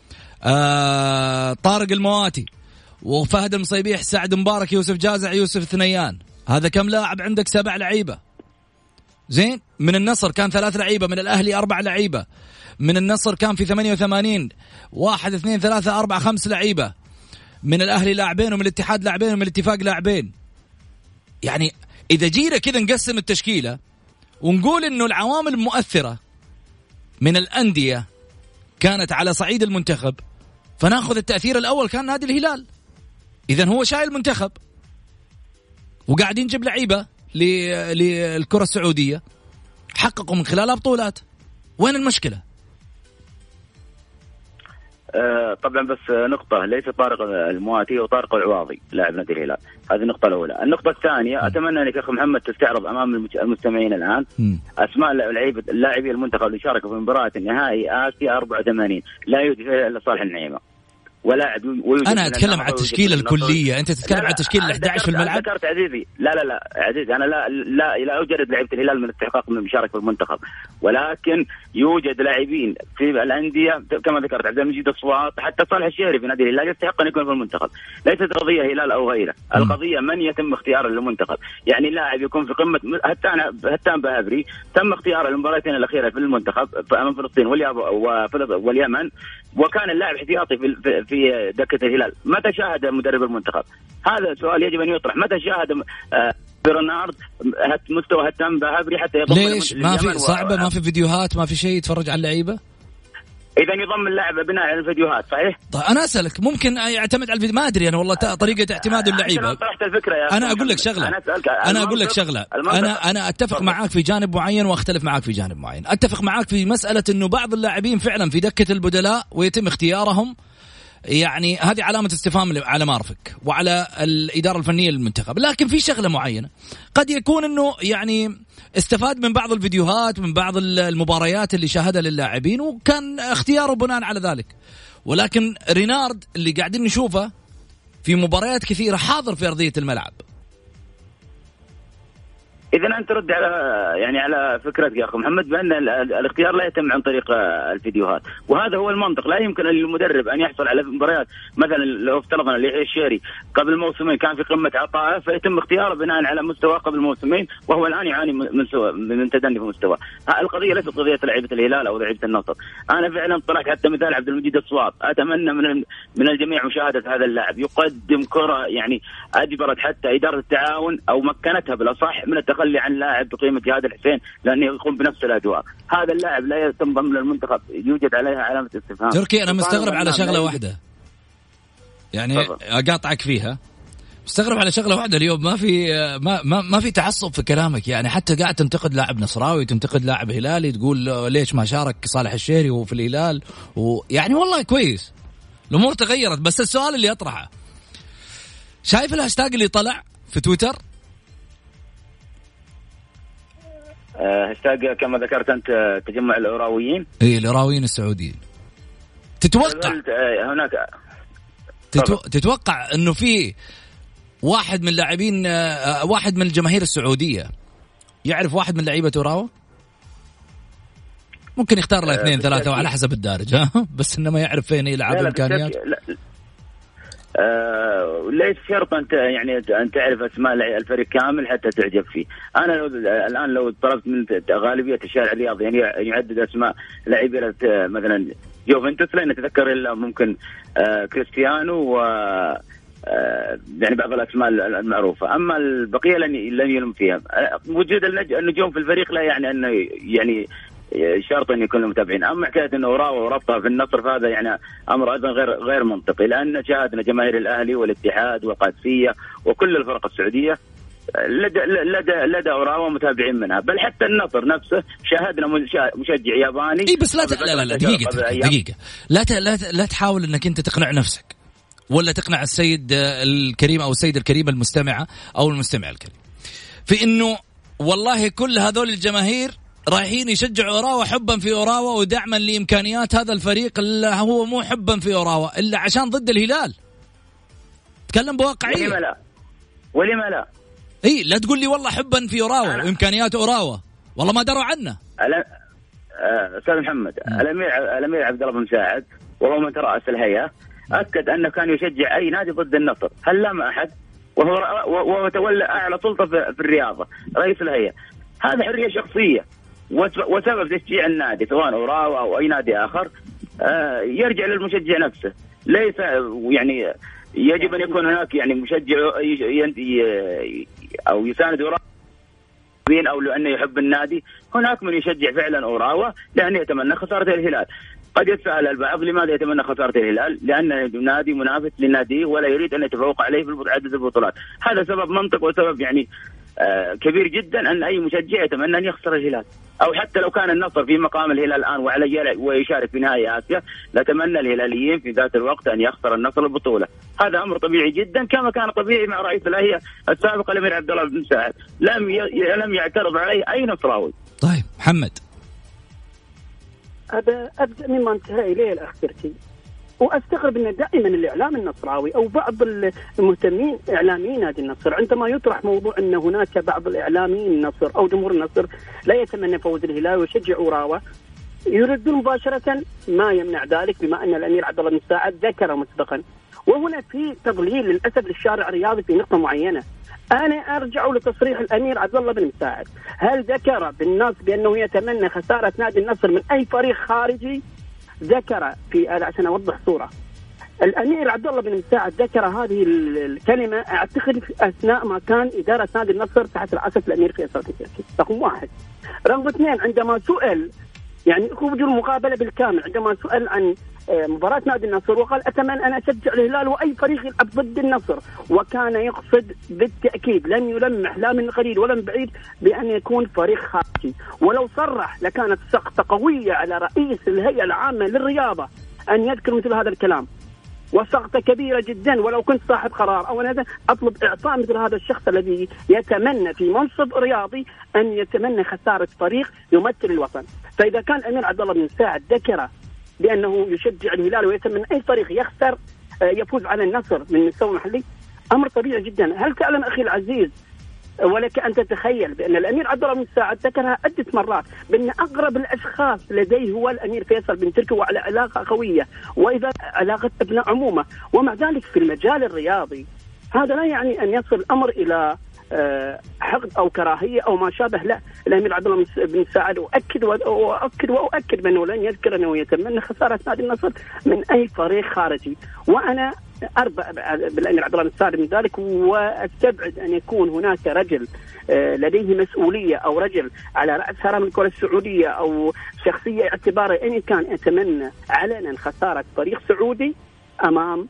طارق المواتي، وفهد المصيبيح، سعد مبارك، يوسف جازع، يوسف ثنيان. هذا كم لاعب؟ عندك 7 لعيبة. زين، من النصر كان 3 لعيبة، من الأهلي 4 لعيبة، من النصر كان في 88 1 2 3 4 5 لعيبة، من الأهلي لاعبين، ومن الاتحاد لاعبين، ومن الاتفاق لاعبين. يعني إذا جينا كذا نقسم التشكيلة ونقول إنه العوامل المؤثرة من الأندية كانت على صعيد المنتخب، فناخذ التأثير الأول كان نادي الهلال. إذن هو شايل المنتخب وقاعدين نجيب لعيبة للكرة السعودية حققوا من خلالها بطولات. وين المشكلة؟ طبعا بس نقطة، ليس طارق المواتي وطارق العواضي لاعب نادي الهلال. هذه النقطة الأولى. النقطة الثانية، أتمنى أنك أخي محمد تستعرض أمام المستمعين الآن أسماء اللاعبين المنتخب اللي شاركوا في مباراة النهائي آسيا 84 لا يوجد فيها إلا صالح النعيمة ولاعب. أنا أتكلم عن التشكيلة الكلية، أنت تتكلم عن التشكيلة 11 في الملعب. ذكرت عزيزي، لا عزيزي، أنا لا أجرد لعيبة الهلال من استحقاق من المشاركة في المنتخب، ولكن يوجد لاعبين في الأندية كما ذكرت عبد المجيد الصواط، حتى صالح الشهري في نادي الهلال يستحق أن يكون في المنتخب. ليست قضية هلال أو غيره، القضية من يتم اختياره للمنتخب. يعني لاعب يكون في قمة، هتان بهابري تم اختياره للمباراتين الأخيرة في المنتخب أمام فلسطين واليمن، وكان اللاعب احتياطي في دكة الهلال. متى شاهد مدرب المنتخب؟ هذا سؤال يجب أن يطرح. متى شاهد برنارد مستوى هتان بهابري حتى يضم؟ ليش ما في صعبة؟ ما في فيديوهات؟ ما في شيء يتفرج على اللعيبة؟ إذا يضم اللاعب بناء على الفيديوهات، صحيح؟ طيب أنا أسألك، ممكن يعتمد على الفيديو؟ ما أدري أنا والله طريقة اعتماد اللعيبة. أنا أقول لك شغلة، أنا أتفق معاك في جانب معين وأختلف معاك في جانب معين. أتفق معاك في مسألة إنه بعض اللاعبين فعلا في دكة البدلاء ويتم اختيارهم، يعني هذه علامة استفهام على مارفك وعلى الإدارة الفنية للمنتخب. لكن في شغلة معينة قد يكون إنه يعني استفاد من بعض الفيديوهات من بعض المباريات اللي شاهدها للاعبين وكان اختياره بناء على ذلك. ولكن رينارد اللي قاعدين نشوفه في مباريات كثيرة حاضر في أرضية الملعب. إذا أنت رد على فكرتك يا أخي محمد بأن الاختيار لا يتم عن طريق الفيديوهات، وهذا هو المنطق. لا يمكن للمدرب أن يحصل على مباريات، مثلا لو افترضنا ليحيى الشهري قبل موسمين كان في قمة عطائه فيتم اختياره بناء على مستوى قبل موسمين، وهو الآن يعاني من تدني في مستوى. القضية ليست قضية لعيبة الهلال أو لعيبة النصر. أنا فعلا طلعت حتى مثال عبد المجيد الصواط، أتمنى من الجميع مشاهدة هذا اللاعب يقدم كرة يعني أجبرت حتى إدارة التعاون أو مكنتها بالأصح من التخلي تخلي عن لاعب بقيمة جهاد الحسين لأنه يقوم بنفس الأدوار. هذا اللاعب لا ينضم للمنتخب، يوجد عليها علامة استفهام. تركي أنا مستغرب على شغلة واحدة، يعني أقاطعك فيها. مستغرب على شغلة واحدة اليوم، ما في تعصب في كلامك، يعني حتى قاعد تنتقد لاعب نصراوي، تنتقد لاعب هلالي، تقول ليش ما شارك صالح الشهري وفي الهلال، ويعني والله كويس الأمور تغيرت. بس السؤال اللي أطرحه، شايف الهاشتاج اللي طلع في تويتر؟ هاشتاج كما ذكرت أنت تجمع الأوراويين. إيه الأوراويين السعوديين. تتوقع هناك تتوقع إنه في واحد من اللاعبين، واحد من الجماهير السعودية يعرف واحد من لعيبة أوراوا؟ ممكن يختار له 2 3 وعلى حسب الدارج، بس إنما يعرف فين يلعب إمكانيات. ليس شرط أنت يعني أن تعرف أسماء الفريق كامل حتى تعجب فيه. أنا الآن لو طلبت من غالبية الشارع الرياضي يعني يعدد أسماء لاعبين مثلا يوفنتوس لا نتذكر إلا ممكن كريستيانو و يعني بعض الأسماء المعروفة، أما البقية لن يلم فيها. وجود النجوم في الفريق لا يعني أنه يعني شرط أن يكونوا متابعين. أما حكاية أنه أوراوا وربطها في النصر فهذا يعني أمر أيضا غير منطقي، لأن شاهدنا جماهير الأهلي والاتحاد والقادسية وكل الفرق السعودية لدى أوراوا متابعين منها، بل حتى النصر نفسه شاهدنا مشجع ياباني. إيه بس لا دقيقة لا تحاول أنك أنت تقنع نفسك ولا تقنع السيد الكريم أو السيد الكريم المستمعة أو المستمع الكريم في إنه والله كل هذول الجماهير رايحين يشجعوا أوراوا حبا في أوراوا ودعما لإمكانيات هذا الفريق، اللي هو مو حبا في أوراوا إلا عشان ضد الهلال. تكلم بواقعية. ولما لا إيه لا تقول لي والله حبا في أوراوا وإمكانيات أوراوا، والله ما دروا عنه. أستاذ محمد، الأمير عبد الله بن مساعد وهو من ترأس الهيئة أكد أنه كان يشجع أي نادي ضد النصر، هل لام أحد؟ وهو تولى أعلى سلطة في الرياضة، رئيس الهيئة. هذا حرية شخصية، وسبب تشجيع النادي سواء أوراوا أو أي نادي آخر يرجع للمشجع نفسه. ليس يعني يجب أن يكون هناك يعني مشجع أو يساند أوراوا أو لأنه يحب النادي. هناك من يشجع فعلا أوراوا لأنه يتمنى خسارة الهلال. قد يسأل البعض لماذا يتمنى خسارة الهلال؟ لأنه نادي منافس للنادي ولا يريد أن يتفوق عليه في عدد البطولات. هذا سبب منطق وسبب يعني كبير جدا أن أي مشجع يتمنى أن يخسر الهلال، أو حتى لو كان النصر في مقام الهلال الآن ويشارك في نهائي آسيا لتمنى الهلاليين في ذات الوقت أن يخسر النصر البطولة. هذا أمر طبيعي جدا، كما كان طبيعي مع رئيس الهيئة السابق الأمير عبد الله بن مساعد، لم يعترض عليه أي نصراوي. طيب محمد، أبدأ مما انتهى إليه الأخ تركي، وأستغرب أن دائما الإعلام النصراوي أو بعض المهتمين إعلاميين نادي النصر عندما يطرح موضوع أن هناك بعض الإعلاميين النصر أو جمهور النصر لا يتمنى فوز الهلال ويشجع أوراوا، يردون مباشرة ما يمنع ذلك بما أن الأمير عبد الله بن مساعد ذكر مسبقا. وهنا في تضليل للأسف للشارع الرياضي في نقطة معينة. أنا أرجع لتصريح الأمير عبد الله بن مساعد، هل ذكر بالنص بأنه يتمنى خسارة نادي النصر من أي فريق خارجي؟ ذكر في عشان أوضح صورة، الأمير عبد الله بن مساعد ذكر هذه الكلمة أعتقد في أثناء ما كان إدارة نادي النصر تحت رئاسة الأمير فيصل بن تركي. رقم 1. رقم 2، عندما سئل يعني خروج المقابلة بالكامل، عندما سئل عن مباراة نادي النصر وقال أتمنى أن أشجع الهلال وأي فريق يلعب ضد النصر، وكان يقصد بالتأكيد لم يلمح لا من قريب ولا من بعيد بأن يكون فريق خارجي. ولو صرح لكانت سقطة قوية على رئيس الهيئة العامة للرياضة أن يذكر مثل هذا الكلام، وسقطة كبيرة جدا. ولو كنت صاحب قرار أو أنا أطلب إعطاء مثل هذا الشخص الذي يتمنى في منصب رياضي أن يتمنى خسارة فريق يمثل الوطن. فإذا كان الأمير عبد الله بن مساعد ذكر بأنه يشجع الهلال ويتمنى أي فريق يخسر يفوز على النصر من المستوى المحلي، أمر طبيعي جدا. هل تعلم أخي العزيز ولك أن تتخيل بأن الأمير عبد الله بن مساعد ذكرها عدة مرات بأن أقرب الأشخاص لديه هو الأمير فيصل بن تركي وعلى علاقة قوية وإذا علاقة ابناء عمومة، ومع ذلك في المجال الرياضي هذا لا يعني أن يصل الأمر إلى حقد أو كراهية أو ما شابه. لا، الأمير عبد الله بن مساعد وأؤكد بأنه لن يذكر أنه يتمنى خسارة نادي النصر من أي فريق خارجي. وأنا بالأمير عبد الله السعد من ذلك، واستبعد أن يكون هناك رجل لديه مسؤولية أو رجل على رأس هرم الكرة السعودية أو شخصية اعتباره أن كان يتمنى علنا خسارة فريق سعودي أمام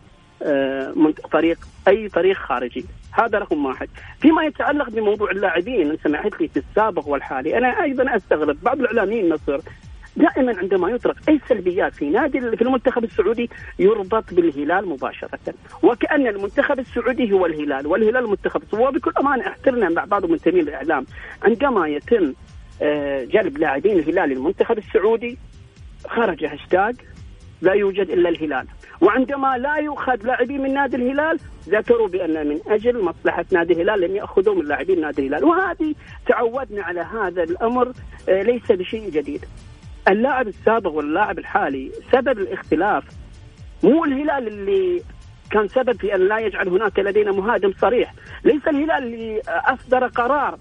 أي فريق خارجي. هذا رقم واحد. فيما يتعلق بموضوع اللاعبين، أن سمعت لي في السابق والحالي، أنا أيضا أستغرب بعض الإعلاميين مصر دائما عندما يطرق أي سلبيات في في المنتخب السعودي يربط بالهلال مباشرة، وكأن المنتخب السعودي هو الهلال والهلال المنتخب. وبكل أمانة احترنا مع بعض منتمين الإعلام عندما يتم جلب لاعبين الهلال للمنتخب السعودي خرج هاشتاج لا يوجد إلا الهلال، وعندما لا يؤخذ لاعبين من نادي الهلال ذكروا بأن من أجل مصلحة نادي الهلال لم يأخذوا من لاعبين نادي الهلال. وهذه تعودنا على هذا الأمر، ليس بشيء جديد. اللاعب السابق واللاعب الحالي سبب الاختلاف مو الهلال اللي كان سبب في أن لا يجعل هناك لدينا مهاجم صريح، ليس الهلال اللي أصدر قرار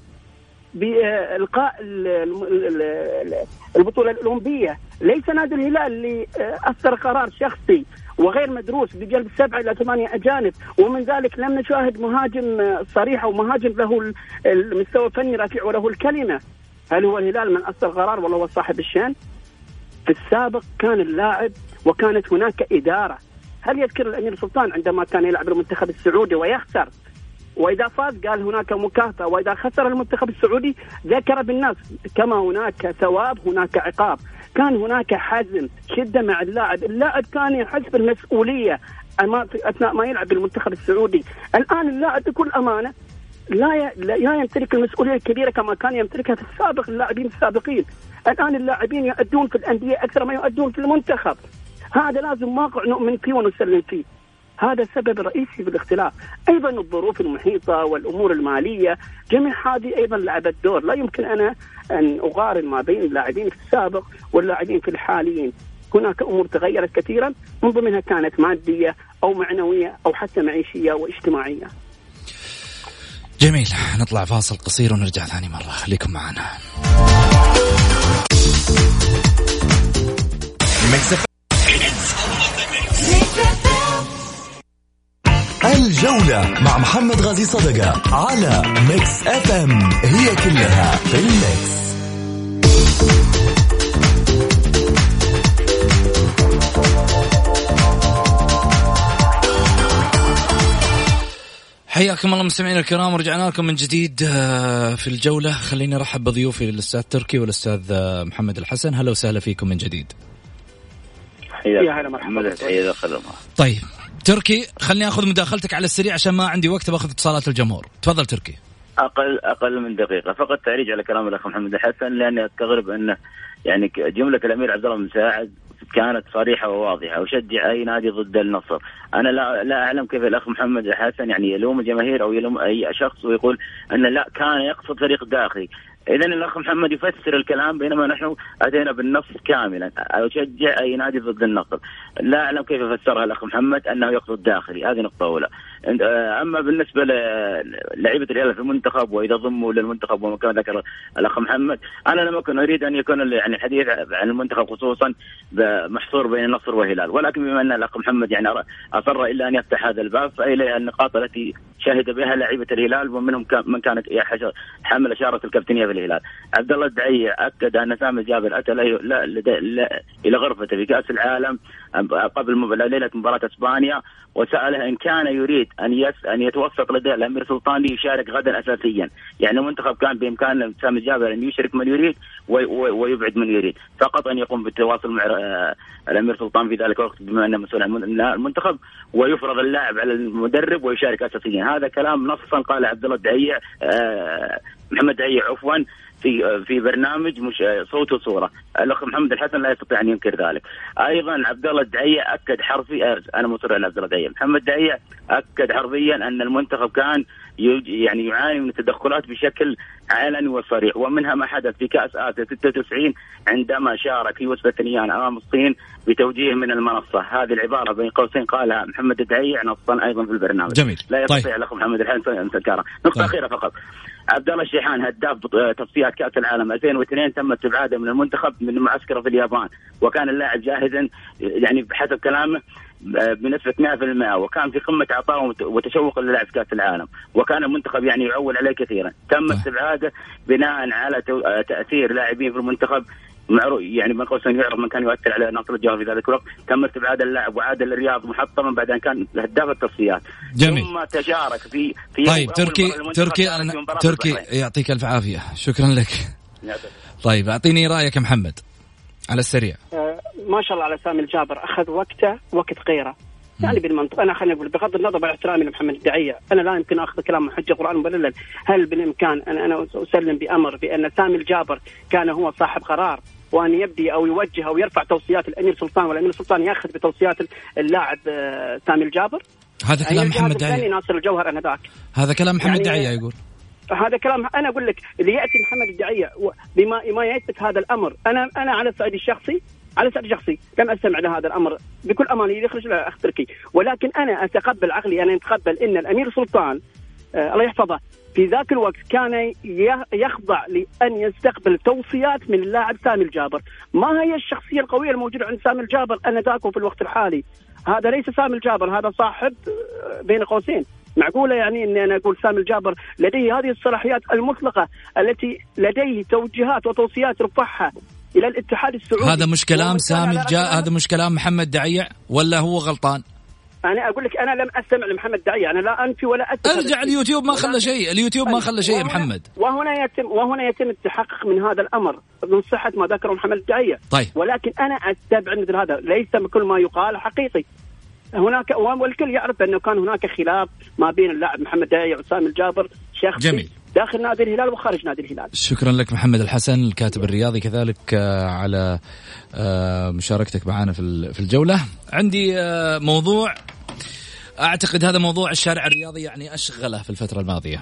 بإلقاء البطولة الأولمبية، ليس نادي الهلال اللي أصدر قرار شخصي وغير مدروس بجلب 7 إلى 8 أجانب، ومن ذلك لم نشاهد مهاجم صريح أو مهاجم له المستوى الفني رفيع وله الكلمة. هل هو الهلال من أصدر قرار ولا هو صاحب الشأن؟ في السابق كان اللاعب وكانت هناك إدارة. هل يذكر الأمير سلطان عندما كان يلعب المنتخب السعودي ويخسر، وإذا فاز قال هناك مكافأة، وإذا خسر المنتخب السعودي ذكر بالناس كما هناك ثواب هناك عقاب. كان هناك حزم شدة مع اللاعب كان يحس بالمسؤولية أثناء ما يلعب بالمنتخب السعودي. الآن اللاعب بكل أمانة لا يمتلك المسؤولية الكبيرة كما كان يمتلكها في السابق اللاعبين السابقين. الآن اللاعبين يؤدون في الأندية أكثر ما يؤدون في المنتخب. هذا لازم واقع نؤمن فيه ونسلم فيه. هذا سبب رئيسي بالاختلاف. أيضا الظروف المحيطة والأمور المالية جميع هذه أيضا لعبت دور. لا يمكن أنا أن أقارن ما بين اللاعبين في السابق واللاعبين في الحاليين. هناك أمور تغيرت كثيرا، من ضمنها كانت مادية أو معنوية أو حتى معيشية واجتماعية. جميل، نطلع فاصل قصير ونرجع ثاني مرة، خليكم معنا. الجولة مع محمد غازي صدقة على ميكس اف ام، هي كلها في الميكس. حياكم الله مستمعينا الكرام، ورجعنا لكم من جديد في الجولة. خليني أرحب بضيوفي الأستاذ تركي والأستاذ محمد الحسن. هلا وسهلا فيكم من جديد. يا هلا مرحبا. طيب تركي، خليني أخذ مداخلتك على السريع عشان ما عندي وقت بأخذ اتصالات الجمهور. تفضل تركي. أقل من دقيقة فقط تعريج على كلام الأخ محمد الحسن، لأني أستغرب أنه يعني جملة الأمير عبد الله مساعد كانت صريحة وواضحة وشجع أي نادي ضد النصر. أنا لا أعلم كيف الأخ محمد الحسن يعني يلوم الجماهير أو يلوم أي شخص ويقول أن لا كان يقصد فريق داخلي. إذن الأخ محمد يفسر الكلام بينما نحن أتينا بالنص كاملا أشجع أي نادي ضد النصر. لا أعلم كيف فسرها الأخ محمد أنه يقصد داخلي. هذه نقطة أولى. أما بالنسبة للعيبة الهلال في المنتخب وإذا ضموا للمنتخب وما كان ذكر الأخ محمد، أنا لم أكن أريد أن يكون يعني الحديث عن المنتخب خصوصا محصور بين النصر والهلال، ولكن بما أن الأخ محمد يعني أصر إلا أن يفتح هذا الباب، فإلى النقاط التي شهد بها لاعيبة الهلال ومنهم من كانت حامل إشارة الكابتنية في الهلال. عبد الله الدعية أكد أن سامي جابر أتى إلى غرفته في كأس العالم قبل ليلة مباراة إسبانيا وسأله إن كان يريد أن يتوسط لدى الأمير سلطان ليشارك غدا أساسيا. يعني المنتخب كان بإمكان سامي جابر أن يشارك من يريد ويبعد من يريد، فقط أن يقوم بالتواصل مع الأمير سلطان في ذلك الوقت بما أنه مسؤول عن المنتخب، ويفرض اللاعب على المدرب ويشارك أساسيا. هذا كلام نصا قال عبد الله الدعية محمد دعية عفوا في برنامج مش صوت وصورة. الأخ محمد الحسن لا يستطيع أن ينكر ذلك. أيضا عبد الله الدعية أكد حرفيا، أنا مصر على عبد الله الدعية، محمد دعية أكد حرفيا أن المنتخب كان يعني يعاني من التدخلات بشكل علني وصريح، ومنها ما حدث في كأس آسيا 96 عندما شارك يوسف الثنيان أمام الصين بتوجيه من المنصة. هذه العبارة بين قوسين قالها محمد الدعية نصا أيضا في البرنامج. جميل. لا يستطيع الأخ محمد الحسن أن تذكرها. نقطة أخيرة فقط، عبد الله الشيحان هداف تصفيات كأس العالم 2002 تم استبعاده من المنتخب من معسكره في اليابان، وكان اللاعب جاهزا يعني بحسب كلامه بنسبة 100%، وكان في قمة عطاء وتشوق للعب كأس العالم، وكان المنتخب يعني يعول عليه كثيرا. تم استبعاده بناء على تأثير لاعبين في المنتخب معروف، يعني من قوسين يعرف من كان يؤثر على ناصر الجوهري في ذلك الوقت. تم استبعاد اللاعب وعاد للرياض محطما بعد أن كان هداف التصفيات. جميل. ثم تشارك في طيب تركي يعطيك الف عافيه، شكرا لك. طيب اعطيني رايك محمد على السريع. ما شاء الله على سامي الجابر، اخذ وقته وقت غيره يعني بالمنطق. انا خليني اقول بغض النظر باحترامي لمحمد الدعية، انا لا يمكن اخذ كلام حجه قرآن مبللا. هل بالامكان انا اسلم بامر بان سامي الجابر كان هو صاحب قرار وان يبدي او يوجه او يرفع توصيات الامير سلطان، والامير سلطان ياخذ بتوصيات اللاعب سامي الجابر؟ هذا كلام محمد دعية. ناصر الجوهر انا ذاك، هذا كلام محمد دعية يقول. هذا كلام أنا أقول لك اللي يأتي محمد الدعية بما يثبت هذا الأمر. أنا على الصعيد الشخصي لم أستمع لهذا الأمر بكل أمانة يخرج له أخ تركي، ولكن أنا أتقبل عقلي، أنا أتقبل إن الأمير سلطان الله يحفظه في ذاك الوقت كان يخضع لأن يستقبل توصيات من اللاعب سامي الجابر. ما هي الشخصية القوية الموجودة عند سامي الجابر أنا ذاك في الوقت الحالي؟ هذا ليس سامي الجابر، هذا صاحب بين قوسين. معقولة يعني أن أنا أقول سامي الجابر لديه هذه الصلاحيات المطلقة التي لديه توجيهات وتوصيات رفعها إلى الاتحاد السعودي؟ هذا مش كلام هذا مش كلام محمد دعية ولا هو غلطان؟ أنا أقول لك أنا لم أستمع لمحمد دعية، أنا لا أنفي ولا أتهم. أرجع اليوتيوب ما خلى شيء، اليوتيوب ما خلى شيء محمد. وهنا يتم التحقق من هذا الأمر من صحة ما ذكره محمد دعية. طيب. ولكن أنا أستبعد مثل هذا، ليس كل ما يقال حقيقي. هناك والكل يعرف أنه كان هناك خلاف ما بين اللاعب محمد دعية وسامي الجابر شخصي. جميل. داخل نادي الهلال وخارج نادي الهلال. شكرا لك محمد الحسن الكاتب الرياضي كذلك على مشاركتك معنا في الجولة. عندي موضوع أعتقد هذا موضوع الشارع الرياضي يعني أشغله في الفترة الماضية.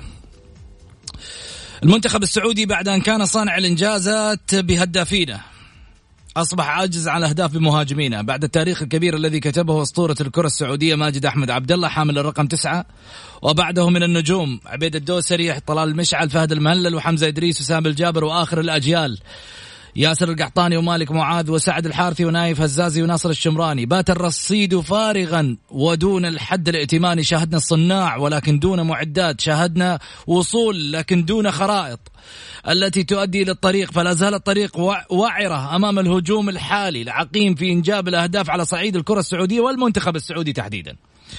المنتخب السعودي بعد أن كان صانع الإنجازات بهدافينه أصبح عاجز على أهداف بمهاجمينه بعد التاريخ الكبير الذي كتبه أسطورة الكرة السعودية ماجد أحمد عبد الله حامل الرقم 9، وبعده من النجوم عبيد الدوسري، طلال المشعل، فهد المهلل، وحمزة إدريس، وسام الجابر، وآخر الأجيال ياسر القحطاني، ومالك معاذ، وسعد الحارثي، ونايف هزازي، وناصر الشمراني. بات الرصيد فارغا ودون الحد الائتماني. شاهدنا الصناع ولكن دون معدات، شاهدنا وصول لكن دون خرائط التي تؤدي إلى الطريق. فلا زال الطريق وعرة أمام الهجوم الحالي العقيم في إنجاب الأهداف على صعيد الكرة السعودية والمنتخب السعودي تحديدا.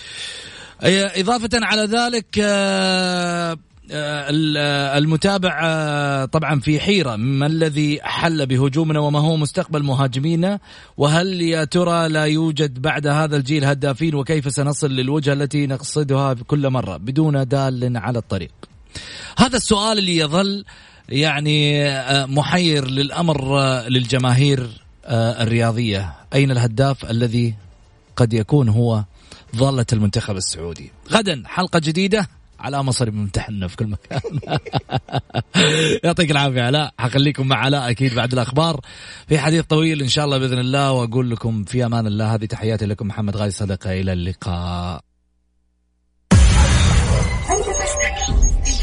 إضافة على ذلك المتابع طبعا في حيرة ما الذي حل بهجومنا وما هو مستقبل مهاجمينا، وهل يا ترى لا يوجد بعد هذا الجيل هدافين، وكيف سنصل للوجهة التي نقصدها كل مرة بدون دال على الطريق. هذا السؤال اللي يظل يعني محير للأمر للجماهير الرياضية. أين الهداف الذي قد يكون هو ظلة المنتخب السعودي؟ غدا حلقة جديدة على مصر ممتحنة في كل مكان. يعطيك العافية علاء، حخليكم مع علاء أكيد بعد الأخبار في حديث طويل إن شاء الله بإذن الله، وأقول لكم في أمان الله. هذه تحياتي لكم محمد غازي صدقة، إلى اللقاء.